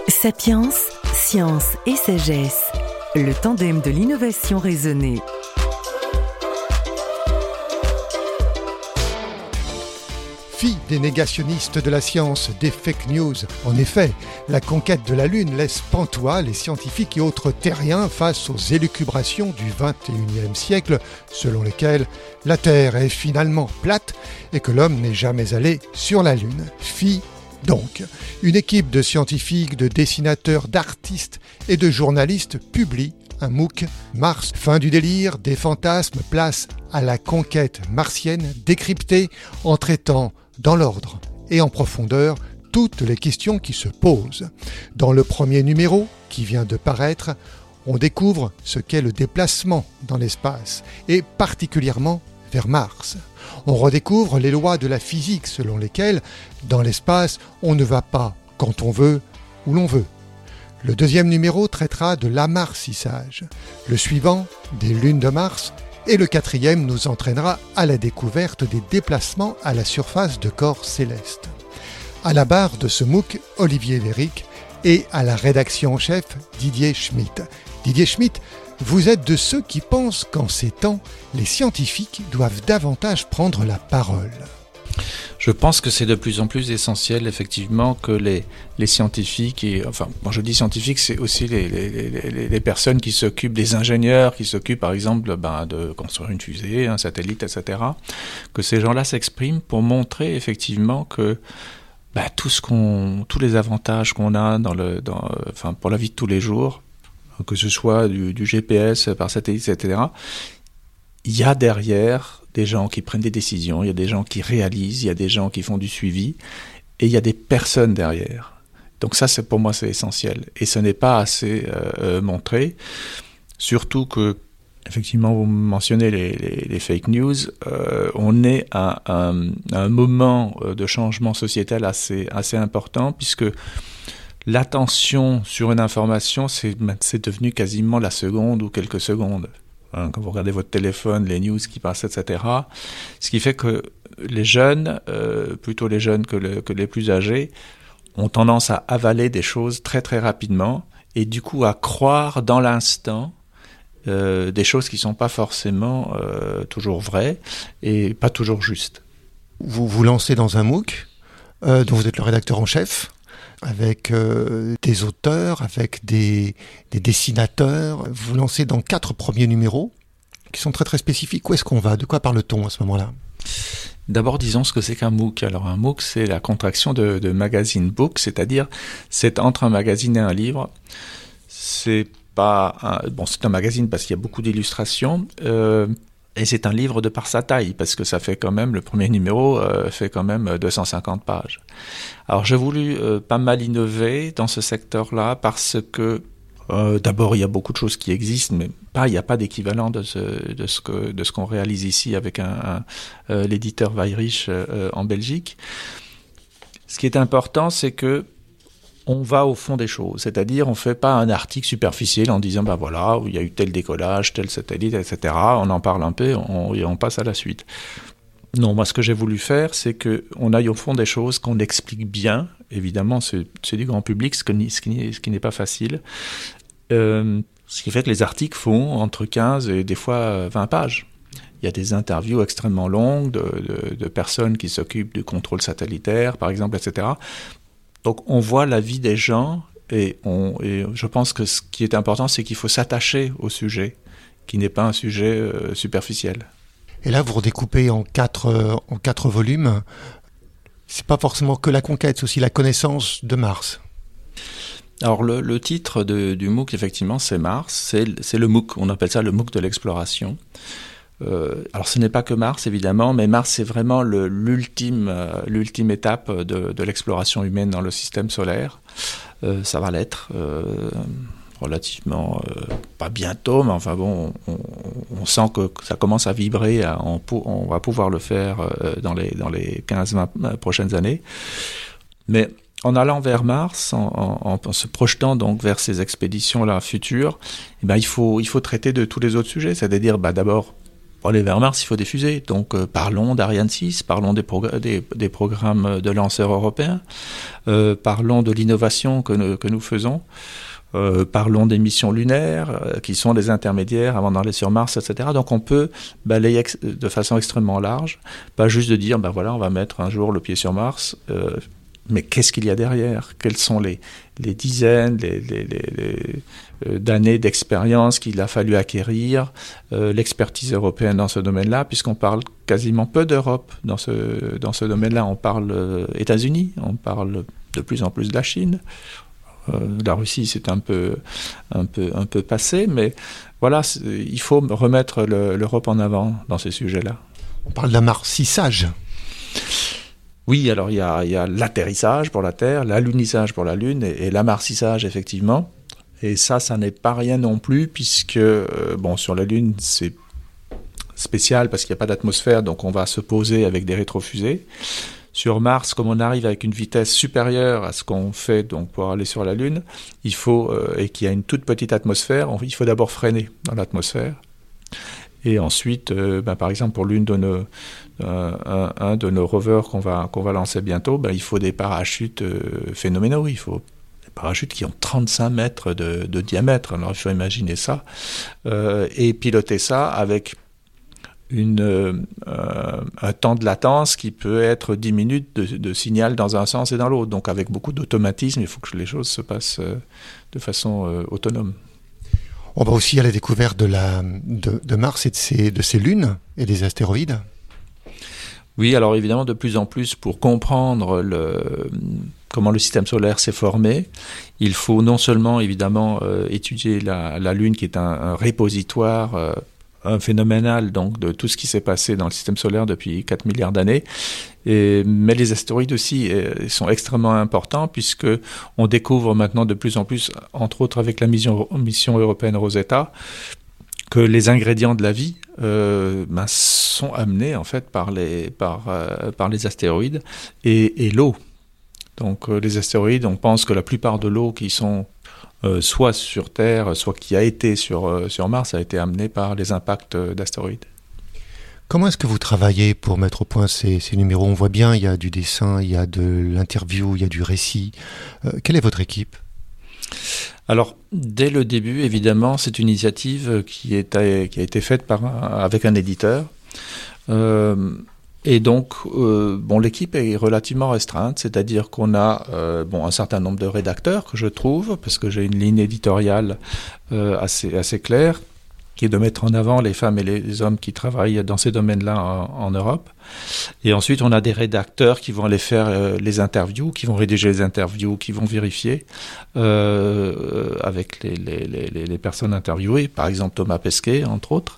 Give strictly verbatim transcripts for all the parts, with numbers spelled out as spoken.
Sapiens, science et sagesse, le tandem de l'innovation raisonnée. Fille des négationnistes de la science, des fake news. En effet, la conquête de la Lune laisse pantois les scientifiques et autres terriens face aux élucubrations du vingt et unième siècle, selon lesquelles la Terre est finalement plate et que l'homme n'est jamais allé sur la Lune. Fille donc, une équipe de scientifiques, de dessinateurs, d'artistes et de journalistes publie un MOOC Mars. Fin du délire, des fantasmes, place à la conquête martienne décryptée en traitant dans l'ordre et en profondeur toutes les questions qui se posent. Dans le premier numéro, qui vient de paraître, on découvre ce qu'est le déplacement dans l'espace et particulièrement vers Mars. On redécouvre les lois de la physique selon lesquelles, dans l'espace, on ne va pas quand on veut, où l'on veut. Le deuxième numéro traitera de l'amarcissage, le suivant des lunes de Mars, et le quatrième nous entraînera à la découverte des déplacements à la surface de corps célestes. À la barre de ce MOOC, Olivier Véric, et à la rédaction en chef, Didier Schmitt. Didier Schmitt, vous êtes de ceux qui pensent qu'en ces temps, les scientifiques doivent davantage prendre la parole. Je pense que c'est de plus en plus essentiel, effectivement, que les, les scientifiques, et, enfin, quand je dis scientifiques, c'est aussi les, les, les, les personnes qui s'occupent, des ingénieurs qui s'occupent, par exemple, ben, de construire une fusée, un satellite, et cetera, que ces gens-là s'expriment pour montrer, effectivement, que ben, tout ce qu'on, tous les avantages qu'on a dans le, dans, enfin, pour la vie de tous les jours, que ce soit du, du G P S par satellite, et cetera, il y a derrière des gens qui prennent des décisions, il y a des gens qui réalisent, il y a des gens qui font du suivi, et il y a des personnes derrière. Donc ça, c'est, pour moi, c'est essentiel. Et ce n'est pas assez euh, montré, surtout que, effectivement, vous mentionnez les, les, les fake news, euh, on est à, à, à un moment de changement sociétal assez, assez important, puisque l'attention sur une information, c'est, c'est devenu quasiment la seconde ou quelques secondes. Quand vous regardez votre téléphone, les news qui passent, et cetera. Ce qui fait que les jeunes, euh, plutôt les jeunes que, le, que les plus âgés, ont tendance à avaler des choses très très rapidement et du coup à croire dans l'instant euh, des choses qui ne sont pas forcément euh, toujours vraies et pas toujours justes. Vous vous lancez dans un MOOC euh, dont vous êtes le rédacteur en chef, avec euh, des auteurs, avec des, des dessinateurs. Vous lancez dans quatre premiers numéros qui sont très très spécifiques. Où est-ce qu'on va ? De quoi parle-t-on à ce moment-là ? D'abord, disons ce que c'est qu'un MOOC. Alors un MOOC, c'est la contraction de, de magazine book, c'est-à-dire c'est entre un magazine et un livre. C'est pas un, bon, c'est un magazine parce qu'il y a beaucoup d'illustrations. Euh, Et c'est un livre de par sa taille, parce que ça fait quand même, le premier numéro euh, fait quand même deux cent cinquante pages. Alors j'ai voulu euh, pas mal innover dans ce secteur-là, parce que euh, d'abord il y a beaucoup de choses qui existent, mais pas, il n'y a pas d'équivalent de ce, de ce, que, de ce qu'on réalise ici avec un, un, euh, l'éditeur Weyrich euh, en Belgique. Ce qui est important, c'est que on va au fond des choses, c'est-à-dire on ne fait pas un article superficiel en disant ben voilà, il y a eu tel décollage, tel satellite, et cetera. On en parle un peu on, et on passe à la suite. Non, moi ce que j'ai voulu faire, c'est qu'on aille au fond des choses, qu'on explique bien. Évidemment, c'est, c'est du grand public, ce, que, ce, qui, ce qui n'est pas facile. Euh, ce qui fait que les articles font entre quinze et des fois vingt pages. Il y a des interviews extrêmement longues de, de, de personnes qui s'occupent du contrôle satellitaire, par exemple, et cetera. Donc on voit la vie des gens et, on, et je pense que ce qui est important, c'est qu'il faut s'attacher au sujet, qui n'est pas un sujet euh, superficiel. Et là, vous redécoupez en quatre, euh, en quatre volumes. C'est pas forcément que la conquête, c'est aussi la connaissance de Mars. Alors le, le titre de, du MOOC, effectivement, c'est Mars. C'est, c'est le MOOC, on appelle ça le MOOC de l'exploration. Euh, alors ce n'est pas que Mars évidemment, mais Mars c'est vraiment le, l'ultime, euh, l'ultime étape de, de l'exploration humaine dans le système solaire. Euh, ça va l'être euh, relativement, euh, pas bientôt, mais enfin bon, on, on sent que ça commence à vibrer, à, on, on va pouvoir le faire euh, dans les, dans les quinze vingt prochaines années. Mais en allant vers Mars, en, en, en se projetant donc vers ces expéditions-là futures, eh ben, il faut, il faut traiter de tous les autres sujets, c'est-à-dire bah, d'abord Pour aller vers Mars, il faut des fusées. Donc euh, parlons d'Ariane six, parlons des, progr- des, des programmes de lanceurs européens, euh, parlons de l'innovation que, ne, que nous faisons, euh, parlons des missions lunaires, euh, qui sont des intermédiaires avant d'aller sur Mars, et cetera. Donc on peut balayer ex- de façon extrêmement large, pas juste de dire, ben voilà, on va mettre un jour le pied sur Mars, euh, mais qu'est-ce qu'il y a derrière ? Quelles sont les, les dizaines les, les, les, les, euh, d'années d'expérience qu'il a fallu acquérir, euh, l'expertise européenne dans ce domaine-là, puisqu'on parle quasiment peu d'Europe dans ce, dans ce domaine-là. On parle euh, États-Unis, on parle de plus en plus de la Chine. Euh, la Russie, c'est un peu, un peu, un peu passé, mais voilà, il faut remettre le, l'Europe en avant dans ces sujets-là. On parle d'amarcissage. Oui, alors il y a, il y a l'atterrissage pour la Terre, l'alunissage pour la Lune et, et l'amarcissage, effectivement. Et ça, ça n'est pas rien non plus, puisque, euh, bon, sur la Lune, c'est spécial parce qu'il n'y a pas d'atmosphère, donc on va se poser avec des rétrofusées. Sur Mars, comme on arrive avec une vitesse supérieure à ce qu'on fait donc pour aller sur la Lune, il faut, euh, et qu'il y a une toute petite atmosphère, on, il faut d'abord freiner dans l'atmosphère. Et ensuite, euh, ben, par exemple, pour l'une de nos, euh, un, un de nos rovers qu'on va, qu'on va lancer bientôt, ben, il faut des parachutes euh, phénoménaux. Il faut des parachutes qui ont trente-cinq mètres de, de diamètre. Alors, il faut imaginer ça. Euh, et piloter ça avec une, euh, un temps de latence qui peut être dix minutes de, de signal dans un sens et dans l'autre. Donc, avec beaucoup d'automatisme, il faut que les choses se passent euh, de façon euh, autonome. On va aussi à la découverte de, la, de, de Mars et de ses, de ses lunes et des astéroïdes. Oui, alors évidemment, de plus en plus, pour comprendre le, comment le système solaire s'est formé, il faut non seulement, évidemment, euh, étudier la, la Lune, qui est un, un répositoire euh, un phénoménal donc, de tout ce qui s'est passé dans le système solaire depuis quatre milliards d'années, et, mais les astéroïdes aussi euh, sont extrêmement importants, puisque on découvre maintenant de plus en plus, entre autres avec la mission, mission européenne Rosetta, que les ingrédients de la vie euh, ben, sont amenés en fait par les, par, euh, par les astéroïdes et, et l'eau. Donc euh, les astéroïdes, on pense que la plupart de l'eau qui sont euh, soit sur Terre, soit qui a été sur, euh, sur Mars, a été amenée par les impacts d'astéroïdes. Comment est-ce que vous travaillez pour mettre au point ces, ces numéros ? On voit bien, il y a du dessin, il y a de l'interview, il y a du récit. Euh, quelle est votre équipe ? Alors, dès le début, évidemment, c'est une initiative qui, est, qui a été faite par, avec un éditeur. Euh, et donc, euh, bon, l'équipe est relativement restreinte, c'est-à-dire qu'on a euh, bon, un certain nombre de rédacteurs que je trouve, parce que j'ai une ligne éditoriale euh, assez, assez claire, qui est de mettre en avant les femmes et les hommes qui travaillent dans ces domaines-là en, en Europe. Et ensuite, on a des rédacteurs qui vont aller faire euh, les interviews, qui vont rédiger les interviews, qui vont vérifier euh, avec les, les, les, les personnes interviewées, par exemple Thomas Pesquet, entre autres.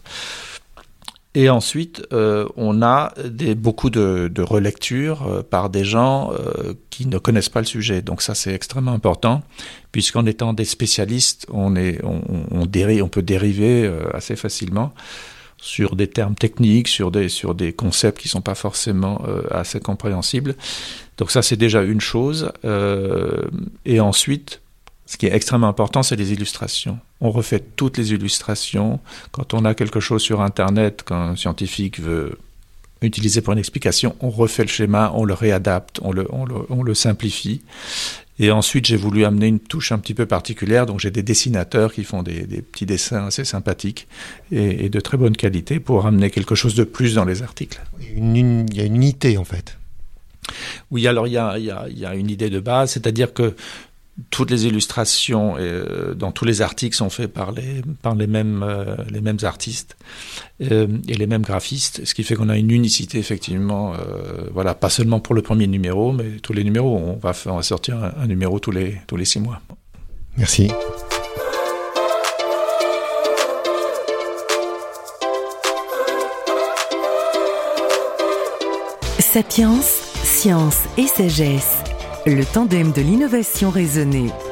Et ensuite, euh, on a des, beaucoup de, de relectures euh, par des gens euh, qui ne connaissent pas le sujet. Donc ça, c'est extrêmement important, puisqu'en étant des spécialistes, on, est, on, on, dérive, on peut dériver euh, assez facilement sur des termes techniques, sur des, sur des concepts qui ne sont pas forcément euh, assez compréhensibles. Donc ça, c'est déjà une chose. Euh, et ensuite, ce qui est extrêmement important, c'est les illustrations. On refait toutes les illustrations. Quand on a quelque chose sur Internet, qu'un scientifique veut utiliser pour une explication, on refait le schéma, on le réadapte, on le, on le, on le simplifie. Et ensuite, j'ai voulu amener une touche un petit peu particulière. Donc, j'ai des dessinateurs qui font des, des petits dessins assez sympathiques et, et de très bonne qualité pour amener quelque chose de plus dans les articles. Une, une, il y a une unité, en fait. Oui, alors il y a, il y a, il y a une idée de base, c'est-à-dire que toutes les illustrations euh, dans tous les articles sont faits par les, par les, mêmes, euh, les mêmes artistes euh, et les mêmes graphistes, ce qui fait qu'on a une unicité effectivement, euh, voilà, pas seulement pour le premier numéro, mais tous les numéros. On va, on va sortir un, un numéro tous les, tous les six mois. Merci. Sapiens, science et sagesse. Le tandem de l'innovation raisonnée.